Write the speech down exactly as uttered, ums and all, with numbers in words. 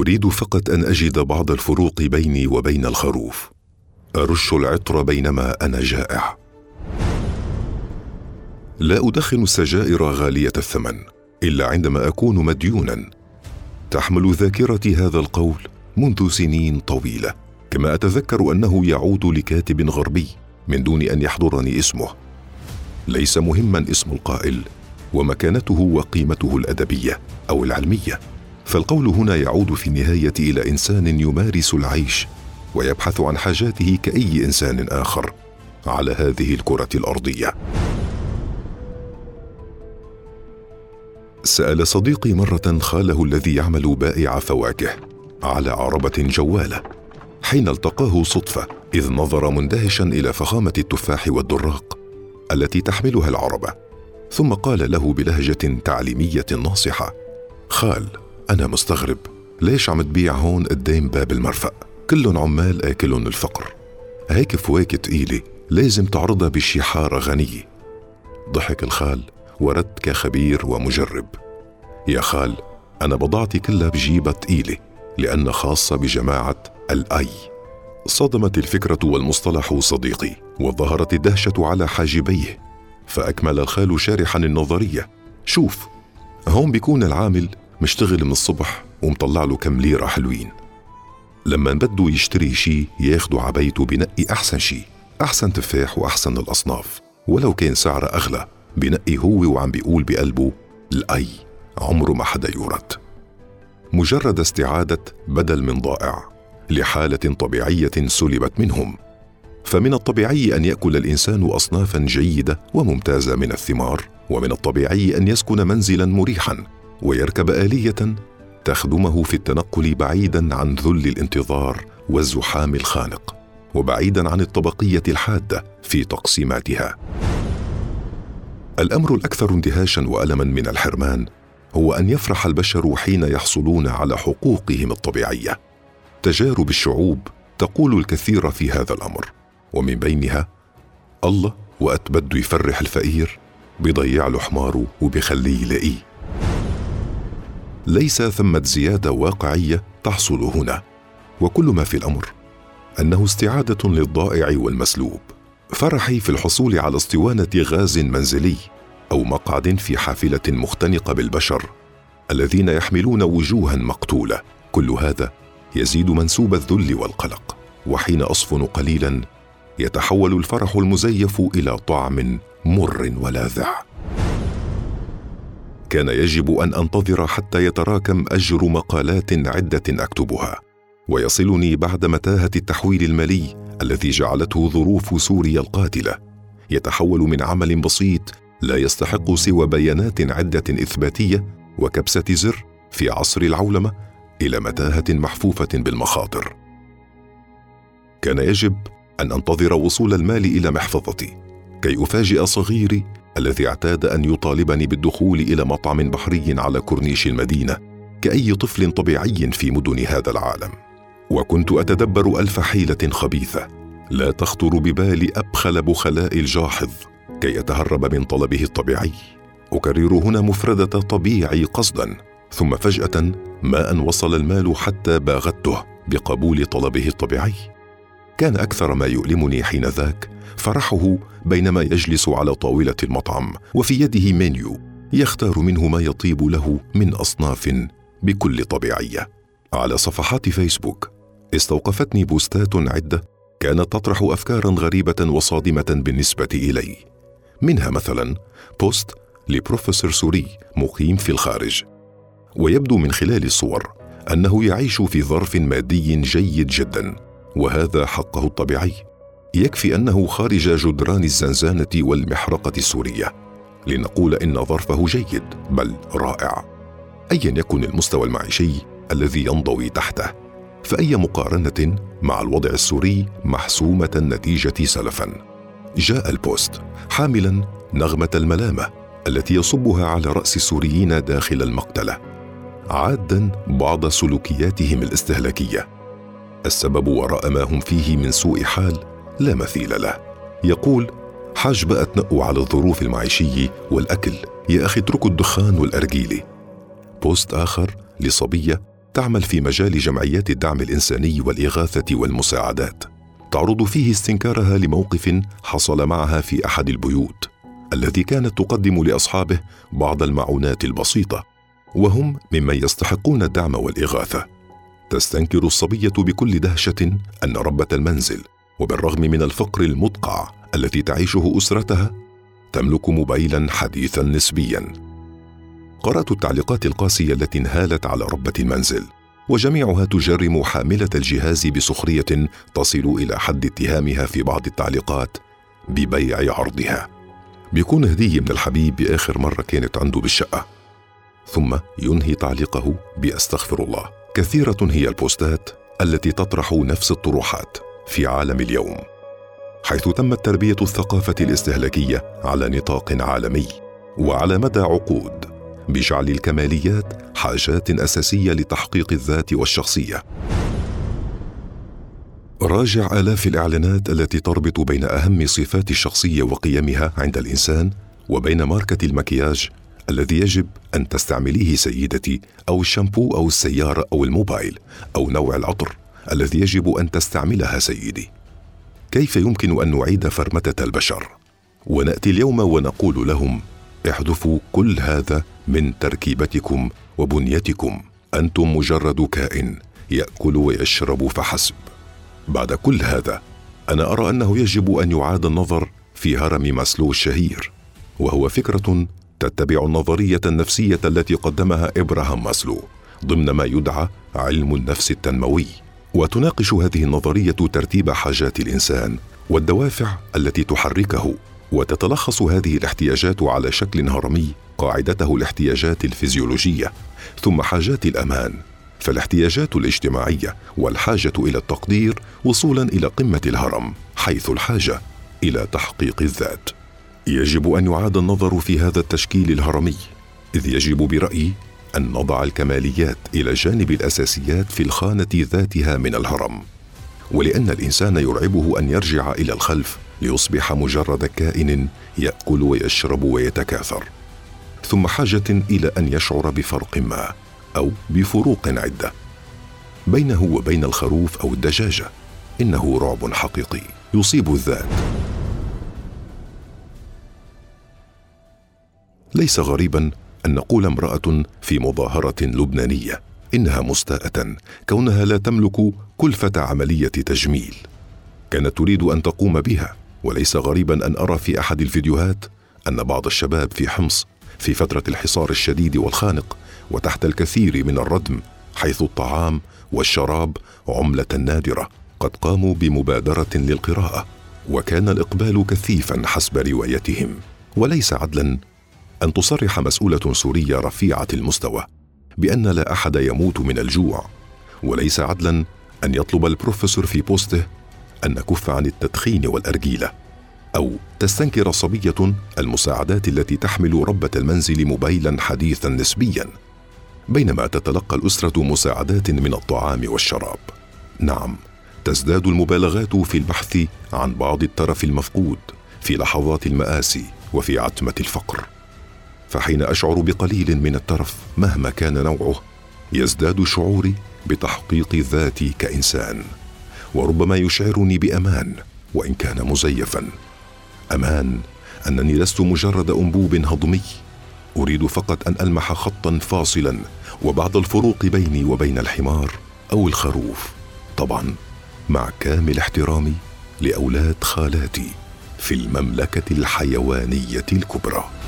أريد فقط أن أجد بعض الفروق بيني وبين الخروف. أرش العطر بينما أنا جائع. لا أدخن السجائر غالية الثمن إلا عندما أكون مديونا. تحمل ذاكرتي هذا القول منذ سنين طويلة، كما أتذكر أنه يعود لكاتب غربي من دون أن يحضرني اسمه. ليس مهما اسم القائل ومكانته وقيمته الأدبية أو العلمية، فالقول هنا يعود في النهاية إلى إنسان يمارس العيش ويبحث عن حاجاته كأي إنسان آخر على هذه الكرة الأرضية. سأل صديقي مرة خاله الذي يعمل بائع فواكه على عربة جوالة حين التقاه صدفة، إذ نظر مندهشا إلى فخامة التفاح والدراق التي تحملها العربة، ثم قال له بلهجة تعليمية ناصحة: خال، أنا مستغرب، ليش عم تبيع هون قدام باب المرفأ؟ كلن عمال آكلن الفقر، هيك فواكه تقيلة لازم تعرضها بشي حارة غنية. ضحك الخال ورد كخبير ومجرب: يا خال، أنا بضاعتي كلها بجيبة تقيلة لأن خاصة بجماعة الأي. صدمت الفكرة والمصطلح صديقي، وظهرت الدهشة على حاجبيه، فأكمل الخال شارحا النظرية: شوف، هون بيكون العامل مشتغل من الصبح ومطلع له كم ليرة حلوين، لما بده يشتري شي ياخدوا عبيته بنقي أحسن شي، أحسن تفاح وأحسن الأصناف، ولو كان سعره أغلى بنقي هو وعم بيقول بقلبه الأي عمره ما حدا يورد. مجرد استعادة بدل من ضائع لحالة طبيعية سلبت منهم. فمن الطبيعي أن يأكل الإنسان أصنافا جيدة وممتازة من الثمار، ومن الطبيعي أن يسكن منزلا مريحا ويركب آلية تخدمه في التنقل بعيدا عن ذل الانتظار والزحام الخانق، وبعيدا عن الطبقية الحادة في تقسيماتها. الأمر الأكثر اندهاشا وألما من الحرمان هو أن يفرح البشر حين يحصلون على حقوقهم الطبيعية. تجارب الشعوب تقول الكثير في هذا الأمر، ومن بينها: الله وقت بده يفرح الفقير بيضيع له حماره وبيخليه يلاقيه. ليس ثمة زيادة واقعية تحصل هنا، وكل ما في الأمر أنه استعادة للضائع والمسلوب. فرحي في الحصول على اسطوانة غاز منزلي أو مقعد في حافلة مختنقة بالبشر الذين يحملون وجوها مقتولة، كل هذا يزيد منسوب الذل والقلق. وحين أصفن قليلا يتحول الفرح المزيف إلى طعم مر ولاذع. كان يجب أن أنتظر حتى يتراكم أجر مقالات عدة أكتبها ويصلني بعد متاهة التحويل المالي الذي جعلته ظروف سوريا القاتلة، يتحول من عمل بسيط لا يستحق سوى بيانات عدة إثباتية وكبسة زر في عصر العولمة إلى متاهة محفوفة بالمخاطر. كان يجب أن أنتظر وصول المال إلى محفظتي كي أفاجئ صغيري الذي اعتاد أن يطالبني بالدخول إلى مطعم بحري على كورنيش المدينة كأي طفل طبيعي في مدن هذا العالم. وكنت أتدبر ألف حيلة خبيثة لا تخطر ببال أبخل بخلاء الجاحظ كي يتهرب من طلبه الطبيعي. أكرر هنا مفردة طبيعي قصدا، ثم فجأة ما أن وصل المال حتى باغته بقبول طلبه الطبيعي. كان أكثر ما يؤلمني حينذاك فرحه بينما يجلس على طاولة المطعم وفي يده منيو يختار منه ما يطيب له من أصناف بكل طبيعية. على صفحات فيسبوك استوقفتني بوستات عدة كانت تطرح أفكارا غريبة وصادمة بالنسبة إلي. منها مثلا بوست لبروفيسور سوري مقيم في الخارج، ويبدو من خلال الصور أنه يعيش في ظرف مادي جيد جدا، وهذا حقه الطبيعي. يكفي أنه خارج جدران الزنزانة والمحرقة السورية لنقول إن ظرفه جيد بل رائع، أيا يكن المستوى المعيشي الذي ينضوي تحته. فأي مقارنة مع الوضع السوري محسومة النتيجة سلفا. جاء البوست حاملا نغمة الملامة التي يصبها على رأس السوريين داخل المقتلة، عادا بعض سلوكياتهم الاستهلاكية. السبب وراء ما هم فيه من سوء حال لا مثيل له. يقول: حاج بقى تنقوا على الظروف المعيشية والأكل، يا أخي اتركوا الدخان والأرجيلة. بوست آخر لصبية تعمل في مجال جمعيات الدعم الإنساني والإغاثة والمساعدات، تعرض فيه استنكارها لموقف حصل معها في أحد البيوت التي كانت تقدم لأصحابه بعض المعونات البسيطة، وهم ممن يستحقون الدعم والإغاثة. تستنكر الصبية بكل دهشة أن ربة المنزل، وبالرغم من الفقر المدقع التي تعيشه أسرتها، تملك موبايلا حديثا نسبيا. قرأت التعليقات القاسية التي انهالت على ربة المنزل، وجميعها تجرم حاملة الجهاز بسخرية تصل إلى حد اتهامها في بعض التعليقات ببيع عرضها. بيكون هدية من الحبيب بآخر مرة كانت عنده بالشقة. ثم ينهي تعليقه بأستغفر الله. كثيرة هي البوستات التي تطرح نفس الطروحات في عالم اليوم، حيث تمت تربية الثقافة الاستهلاكية على نطاق عالمي وعلى مدى عقود، بجعل الكماليات حاجات أساسية لتحقيق الذات والشخصية. راجع آلاف الإعلانات التي تربط بين أهم صفات الشخصية وقيمها عند الإنسان وبين ماركة المكياج الذي يجب أن تستعمليه سيدتي، أو الشامبو أو السيارة أو الموبايل، أو نوع العطر الذي يجب أن تستعملها سيدي. كيف يمكن أن نعيد فرمتة البشر؟ ونأتي اليوم ونقول لهم: احذفوا كل هذا من تركيبتكم وبنيتكم، أنتم مجرد كائن يأكل ويشرب فحسب. بعد كل هذا، أنا أرى أنه يجب أن يعاد النظر في هرم ماسلو الشهير، وهو فكرة تتبع النظرية النفسية التي قدمها إبراهام ماسلو ضمن ما يدعى علم النفس التنموي، وتناقش هذه النظرية ترتيب حاجات الإنسان والدوافع التي تحركه. وتتلخص هذه الاحتياجات على شكل هرمي قاعدته الاحتياجات الفيزيولوجية، ثم حاجات الأمان، فالاحتياجات الاجتماعية والحاجة إلى التقدير وصولا إلى قمة الهرم، حيث الحاجة إلى تحقيق الذات. يجب أن يعاد النظر في هذا التشكيل الهرمي، إذ يجب برأيي أن نضع الكماليات إلى جانب الأساسيات في الخانة ذاتها من الهرم. ولأن الإنسان يرعبه أن يرجع إلى الخلف ليصبح مجرد كائن يأكل ويشرب ويتكاثر، ثم حاجة إلى أن يشعر بفرق ما أو بفروق عدة بينه وبين الخروف أو الدجاجة. إنه رعب حقيقي يصيب الذات. ليس غريبا أن نقول امرأة في مظاهرة لبنانية إنها مستاءة كونها لا تملك كلفة عملية تجميل كانت تريد أن تقوم بها. وليس غريبا أن أرى في أحد الفيديوهات أن بعض الشباب في حمص في فترة الحصار الشديد والخانق وتحت الكثير من الردم، حيث الطعام والشراب عملة نادرة، قد قاموا بمبادرة للقراءة، وكان الإقبال كثيفا حسب روايتهم. وليس عدلا أن تصرح مسؤولة سورية رفيعة المستوى بأن لا أحد يموت من الجوع، وليس عدلا أن يطلب البروفيسور في بوسته أن نكف عن التدخين والأرجيلة، أو تستنكر صبية المساعدات التي تحمل ربة المنزل موبايلا حديثا نسبيا، بينما تتلقى الأسرة مساعدات من الطعام والشراب. نعم، تزداد المبالغات في البحث عن بعض الترف المفقود في لحظات المآسي وفي عتمة الفقر. فحين أشعر بقليل من الترف مهما كان نوعه، يزداد شعوري بتحقيق ذاتي كإنسان، وربما يشعرني بأمان وإن كان مزيفا. أمان أنني لست مجرد أنبوب هضمي أريد فقط أن ألمح خطا فاصلا وبعض الفروق بيني وبين الحمار أو الخروف، طبعا مع كامل احترامي لأولاد خالاتي في المملكة الحيوانية الكبرى.